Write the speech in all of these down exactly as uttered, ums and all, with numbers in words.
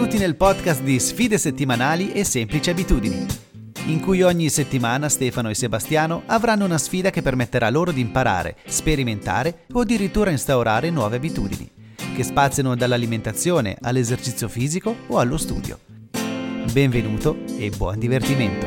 Benvenuti nel podcast di Sfide settimanali e semplici abitudini, in cui ogni settimana Stefano e Sebastiano avranno una sfida che permetterà loro di imparare, sperimentare o addirittura instaurare nuove abitudini, che spaziano dall'alimentazione all'esercizio fisico o allo studio. Benvenuto e buon divertimento!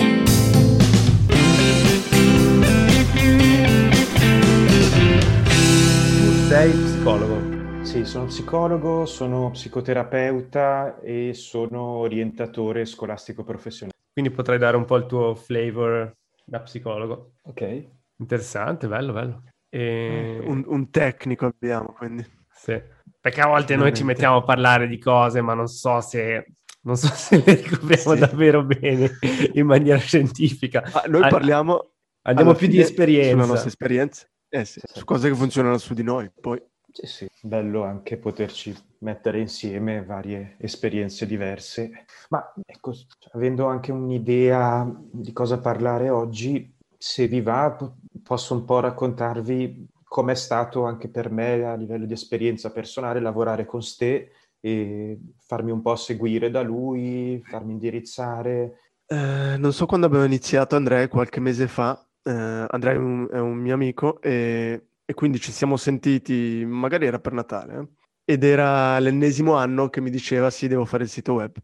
Tu sei psicologo? Sì, sono psicologo, sono psicoterapeuta e sono orientatore scolastico professionale. Quindi potrai dare un po' il tuo flavor da psicologo. Ok. Interessante, bello, bello. E... Un, un tecnico abbiamo, quindi. Sì. Perché a volte noi ci mettiamo a parlare di cose, ma non so se, non so se le ricopriamo Sì. davvero bene in maniera scientifica. Ah, noi An- parliamo Andiamo alla più di fine esperienza. sulla nostra esperienza, eh sì, Sì. su cose che funzionano su di noi. Poi Sì, sì, bello anche poterci mettere insieme varie esperienze diverse. Ma ecco, cioè, avendo anche un'idea di cosa parlare oggi, se vi va, po- posso un po' raccontarvi com'è stato anche per me a livello di esperienza personale lavorare con Ste e farmi un po' seguire da lui, farmi indirizzare. eh, non so quando abbiamo iniziato, Andrea, qualche mese fa. eh, Andrea è un, è un mio amico e, e quindi ci siamo sentiti, magari era per Natale, eh, ed era l'ennesimo anno che mi diceva sì, devo fare il sito web.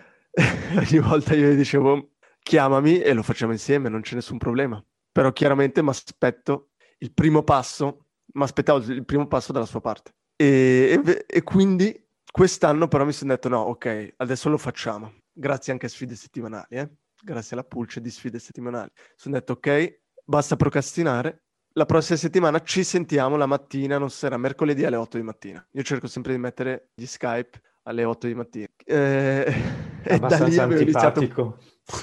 Ogni volta io gli dicevo chiamami e lo facciamo insieme, non c'è nessun problema. Però chiaramente mi aspetto il primo passo, mi aspettavo il primo passo dalla sua parte. E, e- e quindi quest'anno però mi sono detto no, ok, adesso lo facciamo. Grazie anche a sfide settimanali, eh? Grazie alla pulce di sfide settimanali. Sono detto ok, basta procrastinare. La prossima settimana ci sentiamo la mattina, non sarà mercoledì alle otto di mattina. Io cerco sempre di mettere gli Skype alle otto di mattina. Eh, e da lì Abbastanza avevo iniziato... antipatico.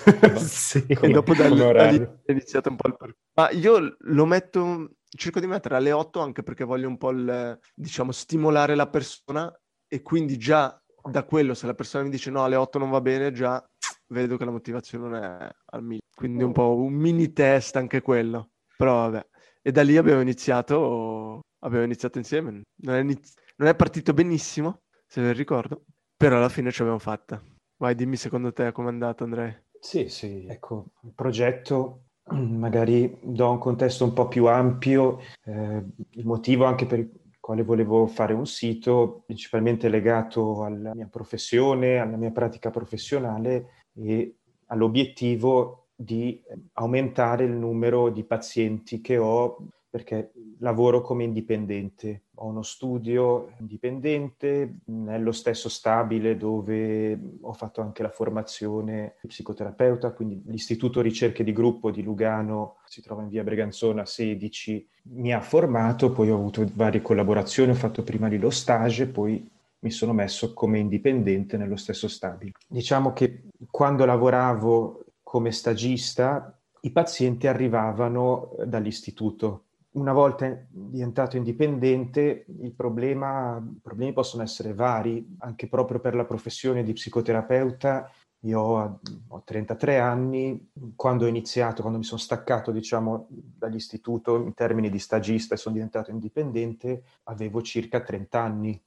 Sì. E Come- dopo da, come da lì orario. è iniziato un po' il percorso. Ma io lo metto, cerco di mettere alle otto anche perché voglio un po' il, diciamo, stimolare la persona e quindi già da quello, se la persona mi dice no, alle otto non va bene, già vedo che la motivazione non è al minimo. Quindi un po' un mini test anche quello. Però vabbè. E da lì abbiamo iniziato, abbiamo iniziato insieme. Non è, iniz- non è partito benissimo, se ben ricordo, però alla fine ce l'abbiamo fatta. Vai, dimmi secondo te com'è andato, Andrea. Sì, sì, ecco, il progetto magari do un contesto un po' più ampio, eh, il motivo anche per il quale volevo fare un sito, principalmente legato alla mia professione, alla mia pratica professionale e all'obiettivo di aumentare il numero di pazienti che ho, perché lavoro come indipendente, ho uno studio indipendente nello stesso stabile dove ho fatto anche la formazione di psicoterapeuta, quindi l'Istituto Ricerche di Gruppo di Lugano si trova in via Breganzona sedici, mi ha formato, poi ho avuto varie collaborazioni, ho fatto prima lì lo stage, poi mi sono messo come indipendente nello stesso stabile. Diciamo che quando lavoravo come stagista i pazienti arrivavano dall'istituto. Una volta diventato indipendente, il problema, i problemi possono essere vari, anche proprio per la professione di psicoterapeuta. Io ho, ho trentatré anni, quando ho iniziato, quando mi sono staccato, diciamo, dall'istituto in termini di stagista e sono diventato indipendente, avevo circa trenta anni.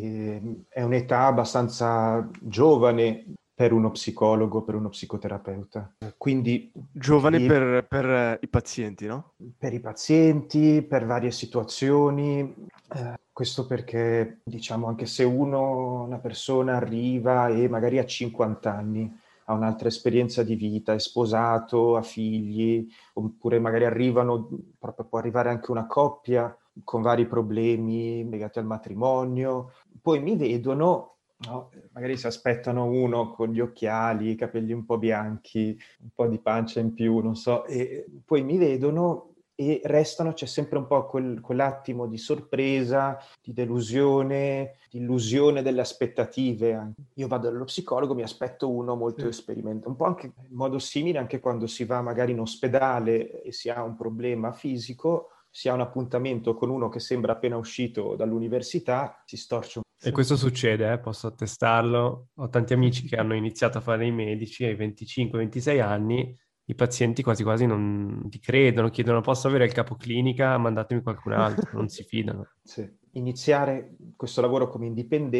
E è un'età abbastanza giovane per uno psicologo, per uno psicoterapeuta. Quindi Giovani lì, per, per eh, i pazienti, no? per i pazienti, per varie situazioni, eh, questo perché, diciamo, anche se uno, una persona arriva e magari ha cinquanta anni, ha un'altra esperienza di vita, è sposato, ha figli, oppure magari arrivano, proprio può arrivare anche una coppia con vari problemi legati al matrimonio, poi mi vedono, no? Magari si aspettano uno con gli occhiali, i capelli un po' bianchi, un po' di pancia in più, non so, e poi mi vedono e restano, c'è sempre un po' quel, quell'attimo di sorpresa, di delusione, di illusione delle aspettative. Io vado dallo psicologo, mi aspetto uno molto Sì. esperimentato, un po' anche in modo simile anche quando si va magari in ospedale e si ha un problema fisico, si ha un appuntamento con uno che sembra appena uscito dall'università, si storce un E questo succede, eh, posso attestarlo. Ho tanti amici che hanno iniziato a fare i medici ai venticinque ventisei anni, i pazienti quasi quasi non ti credono, chiedono posso avere il capoclinica, mandatemi qualcun altro, non si fidano. Sì. Iniziare questo lavoro come indipendente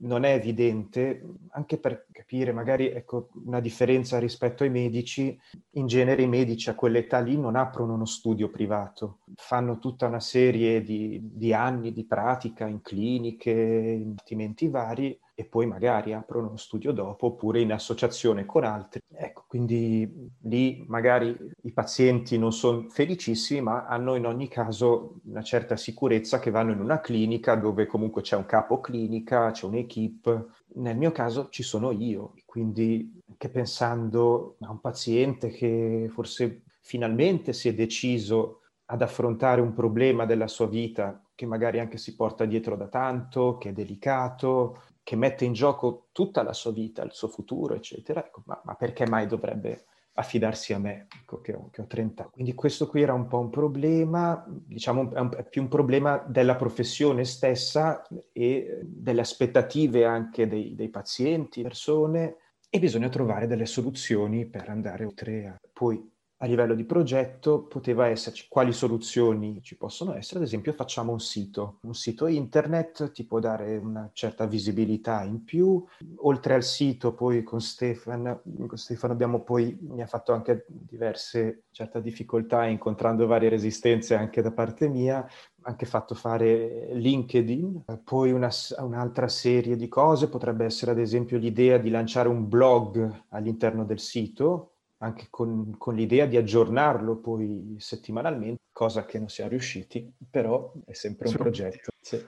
non è evidente, anche per capire magari ecco, una differenza rispetto ai medici. In genere i medici a quell'età lì non aprono uno studio privato, fanno tutta una serie di, di anni di pratica in cliniche, in dipartimenti vari, e poi magari aprono uno studio dopo oppure in associazione con altri. Ecco, quindi lì magari i pazienti non sono felicissimi, ma hanno in ogni caso una certa sicurezza che vanno in una clinica dove comunque c'è un capo clinica, c'è un'equipe. Nel mio caso ci sono io, quindi anche pensando a un paziente che forse finalmente si è deciso ad affrontare un problema della sua vita che magari anche si porta dietro da tanto, che è delicato, che mette in gioco tutta la sua vita, il suo futuro, eccetera. Ecco, ma, ma perché mai dovrebbe affidarsi a me, ecco, che, ho, che ho trenta anni? Quindi questo qui era un po' un problema, diciamo è, un, è più un problema della professione stessa e delle aspettative anche dei, dei pazienti, persone, e bisogna trovare delle soluzioni per andare oltre a... Poi a livello di progetto poteva esserci quali soluzioni ci possono essere, ad esempio facciamo un sito, un sito internet ti può dare una certa visibilità in più, oltre al sito poi con Stefano, con Stefano abbiamo poi, mi ha fatto anche diverse, certa difficoltà incontrando varie resistenze anche da parte mia, anche fatto fare LinkedIn, poi una, un'altra serie di cose, potrebbe essere ad esempio l'idea di lanciare un blog all'interno del sito, anche con, con l'idea di aggiornarlo poi settimanalmente, cosa che non siamo riusciti, però è sempre un progetto. Sì.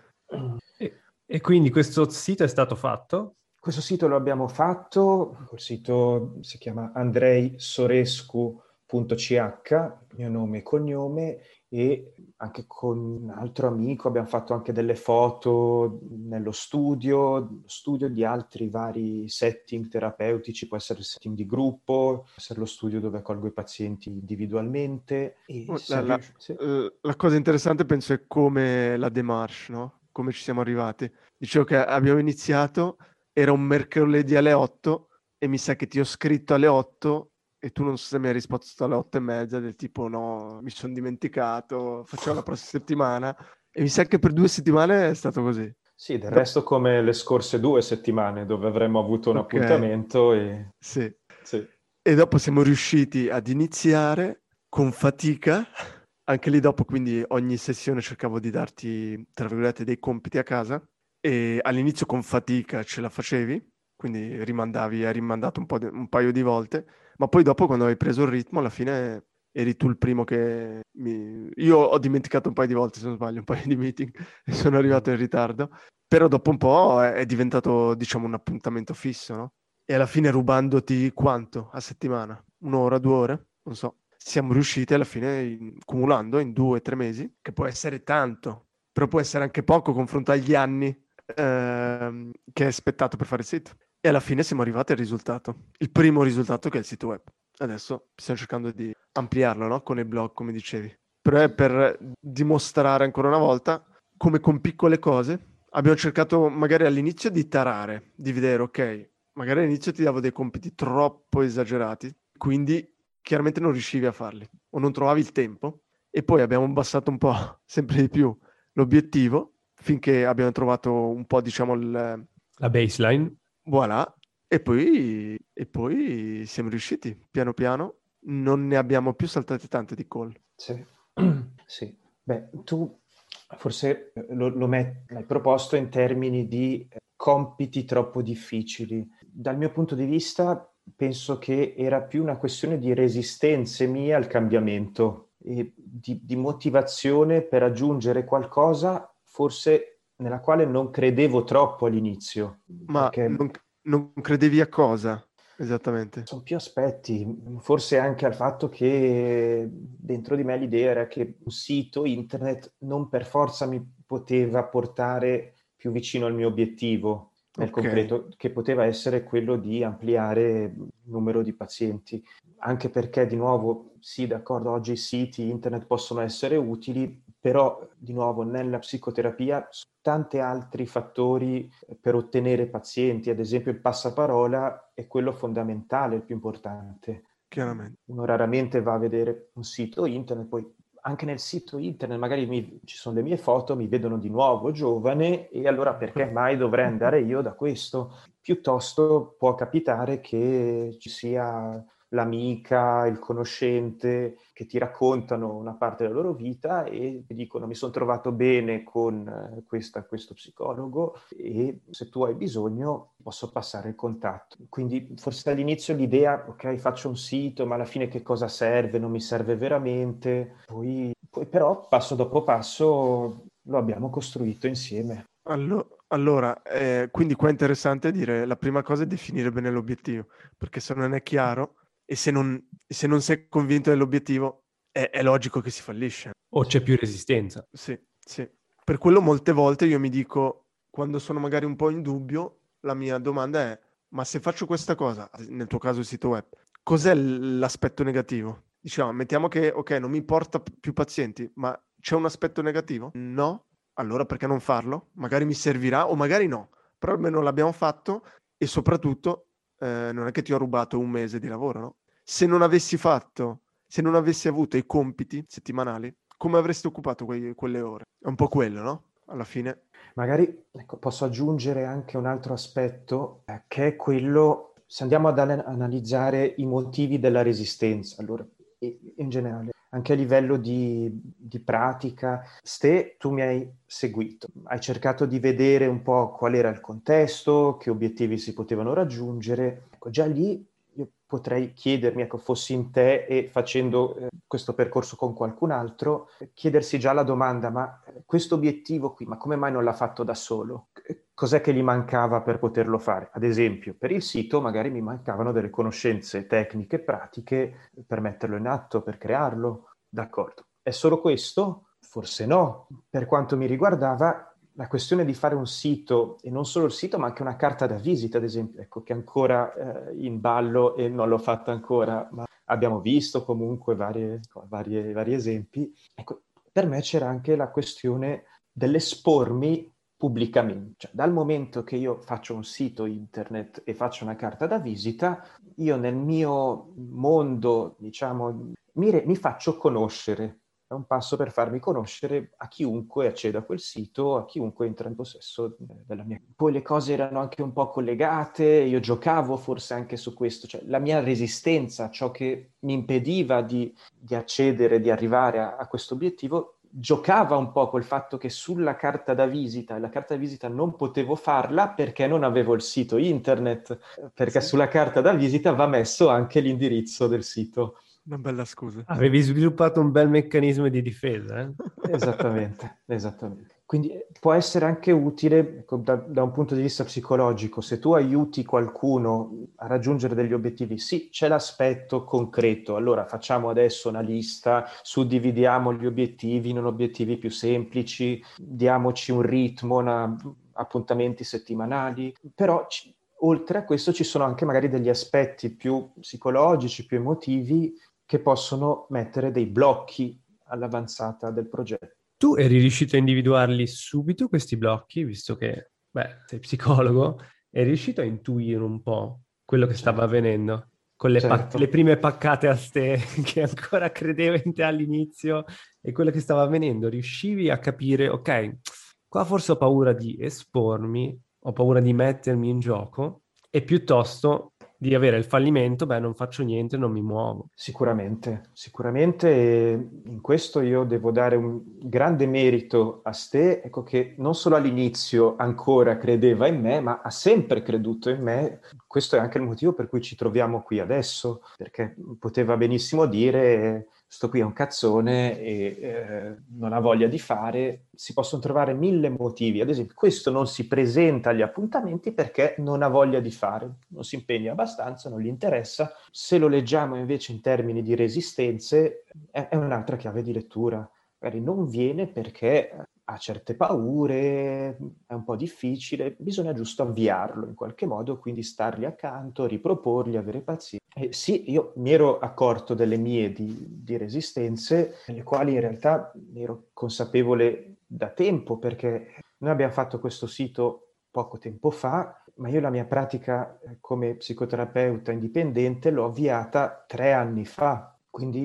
E, e quindi questo sito è stato fatto? Questo sito lo abbiamo fatto, il sito si chiama andrei sorescu punto c h, mio nome e cognome, e anche con un altro amico abbiamo fatto anche delle foto nello studio, studio di altri vari setting terapeutici, può essere il setting di gruppo, può essere lo studio dove accolgo i pazienti individualmente. E la, la, sì. la cosa interessante penso è come la démarche, no? Come ci siamo arrivati. Dicevo che abbiamo iniziato, era un mercoledì alle otto e mi sa che ti ho scritto alle otto e tu non so se mi hai risposto alle otto e mezza del tipo no, mi sono dimenticato, facciamo la prossima settimana, e mi sa che per due settimane è stato così. Sì, del resto come le scorse due settimane dove avremmo avuto un okay. appuntamento e... Sì. sì. E dopo siamo riusciti ad iniziare con fatica, anche lì dopo quindi ogni sessione cercavo di darti, tra virgolette, dei compiti a casa, e all'inizio con fatica ce la facevi, quindi rimandavi, hai rimandato un, po' di, un paio di volte, ma poi dopo quando hai preso il ritmo alla fine eri tu il primo che mi... Io ho dimenticato un paio di volte, se non sbaglio, un paio di meeting e sono arrivato in ritardo, però dopo un po' è, è diventato, diciamo, un appuntamento fisso, no? E alla fine rubandoti quanto a settimana? Un'ora, due ore? Non so. Siamo riusciti alla fine, in, cumulando in due o tre mesi, che può essere tanto, però può essere anche poco confronto agli anni ehm, che è aspettato per fare il sito. E alla fine siamo arrivati al risultato. Il primo risultato che è il sito web. Adesso stiamo cercando di ampliarlo, no? Con il blog, come dicevi. Però è per dimostrare ancora una volta come con piccole cose abbiamo cercato magari all'inizio di tarare, di vedere, ok, magari all'inizio ti davo dei compiti troppo esagerati, quindi chiaramente non riuscivi a farli o non trovavi il tempo, e poi abbiamo abbassato un po' sempre di più l'obiettivo finché abbiamo trovato un po', diciamo, il... la baseline. Voilà, e poi, e poi siamo riusciti piano piano, non ne abbiamo più saltate tante di call. Sì, sì. Beh, tu forse lo, lo met- l'hai proposto in termini di compiti troppo difficili. Dal mio punto di vista penso che era più una questione di resistenze mie al cambiamento e di, di motivazione per aggiungere qualcosa forse nella quale non credevo troppo all'inizio. Ma Perché non, non credevi a cosa esattamente? sono più aspetti, forse anche al fatto che dentro di me l'idea era che un sito internet non per forza mi poteva portare più vicino al mio obiettivo nel Ok. concreto, che poteva essere quello di ampliare il numero di pazienti, anche perché di nuovo, sì, d'accordo, oggi i siti internet possono essere utili, però di nuovo nella psicoterapia tanti altri fattori per ottenere pazienti, ad esempio il passaparola è quello fondamentale, il più importante. Chiaramente. Uno raramente va a vedere un sito internet, poi anche nel sito internet magari mi, ci sono le mie foto, mi vedono di nuovo giovane e allora perché mai dovrei andare io da questo? Piuttosto può capitare che ci sia l'amica, il conoscente che ti raccontano una parte della loro vita e ti dicono mi sono trovato bene con questa, questo psicologo e se tu hai bisogno posso passare il contatto. Quindi forse all'inizio l'idea, ok, faccio un sito, ma alla fine che cosa serve? Non mi serve veramente. Poi, poi però passo dopo passo lo abbiamo costruito insieme. Allo- Allora, eh, quindi qua è interessante dire la prima cosa è definire bene l'obiettivo, perché se non è chiaro e se non, se non sei convinto dell'obiettivo è, è logico che si fallisce. O c'è più resistenza. Sì, sì. Per quello molte volte io mi dico, quando sono magari un po' in dubbio, la mia domanda è, ma se faccio questa cosa, nel tuo caso il sito web, cos'è l- l'aspetto negativo? Diciamo, mettiamo che, ok, non mi porta p- più pazienti, ma c'è un aspetto negativo? No? Allora perché non farlo? Magari mi servirà o magari no, però almeno l'abbiamo fatto e soprattutto eh, non è che ti ho rubato un mese di lavoro, no? Se non avessi fatto, se non avessi avuto i compiti settimanali, come avresti occupato quei- quelle ore? È un po' quello, no? Alla fine. Magari ecco, posso aggiungere anche un altro aspetto, eh, che è quello, se andiamo ad an- analizzare i motivi della resistenza, allora, e- in generale, anche a livello di, di pratica, Ste, tu mi hai seguito, hai cercato di vedere un po' qual era il contesto, che obiettivi si potevano raggiungere, ecco, già lì io potrei chiedermi, ecco, fossi in te e facendo eh, questo percorso con qualcun altro, chiedersi già la domanda, ma questo obiettivo qui, ma come mai non l'ha fatto da solo? Cos'è che gli mancava per poterlo fare? Ad esempio, per il sito magari mi mancavano delle conoscenze tecniche e pratiche per metterlo in atto, per crearlo. D'accordo. È solo questo? Forse no. Per quanto mi riguardava, la questione di fare un sito, e non solo il sito, ma anche una carta da visita, ad esempio, ecco, che è ancora eh, in ballo e non l'ho fatta ancora, ma abbiamo visto comunque varie, varie, vari esempi. Ecco, per me c'era anche la questione dell'espormi pubblicamente. Cioè, dal momento che io faccio un sito internet e faccio una carta da visita, io nel mio mondo, diciamo, mi, re- mi faccio conoscere. È un passo per farmi conoscere a chiunque acceda a quel sito, a chiunque entra in possesso della mia. Poi le cose erano anche un po' collegate, io giocavo forse anche su questo, cioè la mia resistenza, ciò che mi impediva di, di accedere, di arrivare a, a questo obiettivo, giocava un po' col fatto che sulla carta da visita, e la carta da visita non potevo farla perché non avevo il sito internet, perché Sì. sulla carta da visita va messo anche l'indirizzo del sito. Una bella scusa. Avevi sviluppato un bel meccanismo di difesa, eh? Esattamente, esattamente. Quindi eh, può essere anche utile ecco, da, da un punto di vista psicologico, se tu aiuti qualcuno a raggiungere degli obiettivi, sì, c'è l'aspetto concreto, allora facciamo adesso una lista, suddividiamo gli obiettivi in obiettivi più semplici, diamoci un ritmo, una, appuntamenti settimanali, però ci, oltre a questo ci sono anche magari degli aspetti più psicologici, più emotivi, che possono mettere dei blocchi all'avanzata del progetto. Tu eri riuscito a individuarli subito questi blocchi, visto che, beh, sei psicologo, eri riuscito a intuire un po' quello che stava Certo. avvenendo con le, pa- Certo. le prime paccate a ste che ancora credeva in te all'inizio e quello che stava avvenendo. Riuscivi a capire, ok, qua forse ho paura di espormi, ho paura di mettermi in gioco e piuttosto di avere il fallimento, beh, non faccio niente, non mi muovo. Sicuramente, sicuramente e in questo io devo dare un grande merito a Ste, ecco che non solo all'inizio ancora credeva in me, ma ha sempre creduto in me. Questo è anche il motivo per cui ci troviamo qui adesso, perché poteva benissimo dire sto qui è un cazzone e eh, non ha voglia di fare. Si possono trovare mille motivi, ad esempio questo non si presenta agli appuntamenti perché non ha voglia di fare, non si impegna abbastanza, non gli interessa. Se lo leggiamo invece in termini di resistenze è, è un'altra chiave di lettura. Magari non viene perché ha certe paure, è un po' difficile, bisogna giusto avviarlo in qualche modo, quindi stargli accanto, riproporgli, avere pazienza. E sì, io mi ero accorto delle mie di, di resistenze, nelle quali in realtà mi ero consapevole da tempo, perché noi abbiamo fatto questo sito poco tempo fa, ma io la mia pratica come psicoterapeuta indipendente l'ho avviata tre anni fa, quindi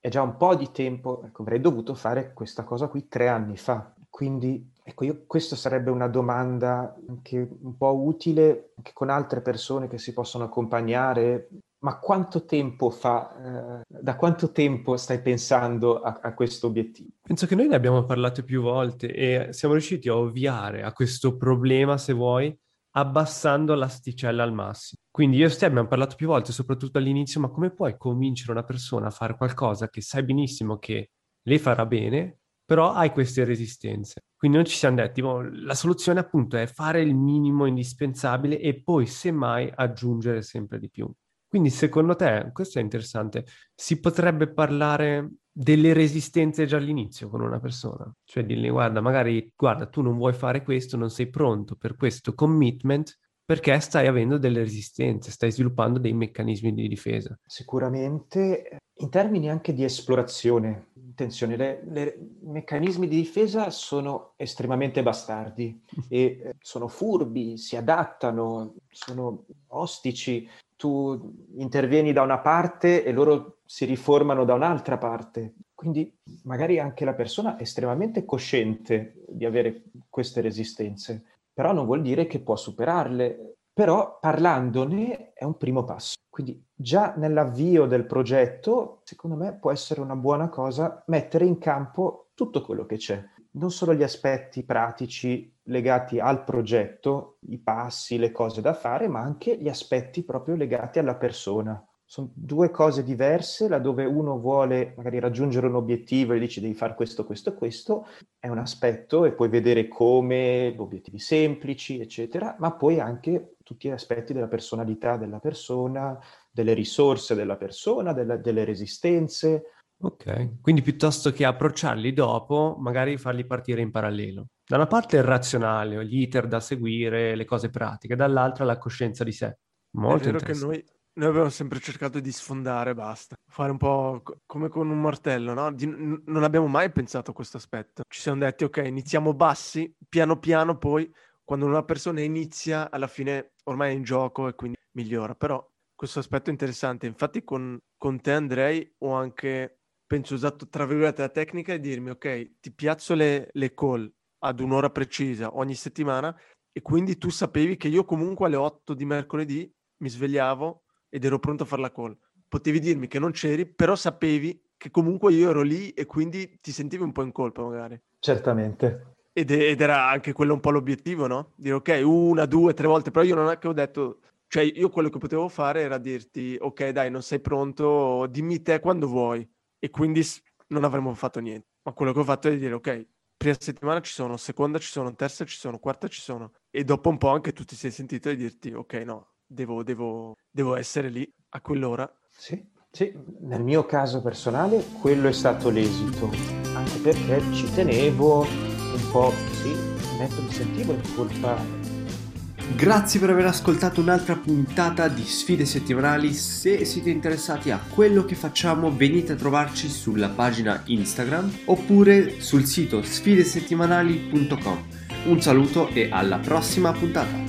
è già un po' di tempo, ecco, avrei dovuto fare questa cosa qui tre anni fa. Quindi, ecco, io, questa sarebbe una domanda anche un po' utile anche con altre persone che si possono accompagnare. Ma quanto tempo fa, eh, da quanto tempo stai pensando a, a questo obiettivo? Penso che noi ne abbiamo parlato più volte e siamo riusciti a ovviare a questo problema, se vuoi, abbassando l'asticella al massimo. Quindi io e te abbiamo parlato più volte, soprattutto all'inizio, ma come puoi convincere una persona a fare qualcosa che sai benissimo che le farà bene, però hai queste resistenze? Quindi noi ci siamo detti, oh, la soluzione appunto è fare il minimo indispensabile e poi semmai aggiungere sempre di più. Quindi secondo te, questo è interessante, si potrebbe parlare delle resistenze già all'inizio con una persona? Cioè dirgli, guarda, magari, guarda, tu non vuoi fare questo, non sei pronto per questo commitment perché stai avendo delle resistenze, stai sviluppando dei meccanismi di difesa. Sicuramente in termini anche di esplorazione, attenzione, le, le, i meccanismi di difesa sono estremamente bastardi e eh, sono furbi, si adattano, sono ostici. Tu intervieni da una parte e loro si riformano da un'altra parte. Quindi magari anche la persona è estremamente cosciente di avere queste resistenze, però non vuol dire che può superarle. Però parlandone è un primo passo. Quindi già nell'avvio del progetto, secondo me, può essere una buona cosa mettere in campo tutto quello che c'è. Non solo gli aspetti pratici legati al progetto, i passi, le cose da fare, ma anche gli aspetti proprio legati alla persona. Sono due cose diverse, laddove uno vuole magari raggiungere un obiettivo e dice devi fare questo, questo e questo, è un aspetto e puoi vedere come obiettivi semplici, eccetera, ma poi anche tutti gli aspetti della personalità della persona, delle risorse della persona, delle, delle resistenze. Ok, quindi piuttosto che approcciarli dopo, magari farli partire in parallelo. Da una parte il razionale, gli iter da seguire, le cose pratiche, dall'altra la coscienza di sé. Molto È vero che interessante. noi, noi abbiamo sempre cercato di sfondare, basta. Fare un po' co- come con un martello, no? Di- n- non abbiamo mai pensato a questo aspetto. Ci siamo detti, ok, iniziamo bassi, piano piano poi, quando una persona inizia, alla fine ormai è in gioco e quindi migliora. Però questo aspetto è interessante. Infatti con, con te, Andrei, ho anche, penso, usato, tra virgolette, la tecnica e dirmi, ok, ti piazzo le, le call ad un'ora precisa ogni settimana e quindi tu sapevi che io comunque alle otto di mercoledì mi svegliavo ed ero pronto a fare la call. Potevi dirmi che non c'eri, però sapevi che comunque io ero lì e quindi ti sentivi un po' in colpa magari. Certamente. Ed, ed era anche quello un po' l'obiettivo, no? Dire ok, una, due, tre volte, però io non è che ho detto, cioè io quello che potevo fare era dirti ok dai, non sei pronto, dimmi te quando vuoi e quindi non avremmo fatto niente. Ma quello che ho fatto è dire ok, prima settimana ci sono, seconda ci sono, terza ci sono, quarta ci sono e dopo un po' anche tu ti sei sentito di dirti ok no, devo, devo, devo essere lì a quell'ora. Sì, sì, nel mio caso personale quello è stato l'esito, anche perché ci tenevo un po', sì, netto mi sentivo in colpa. Grazie per aver ascoltato un'altra puntata di Sfide Settimanali. Se siete interessati a quello che facciamo, venite a trovarci sulla pagina Instagram oppure sul sito sfidesettimanali punto com. Un saluto e alla prossima puntata!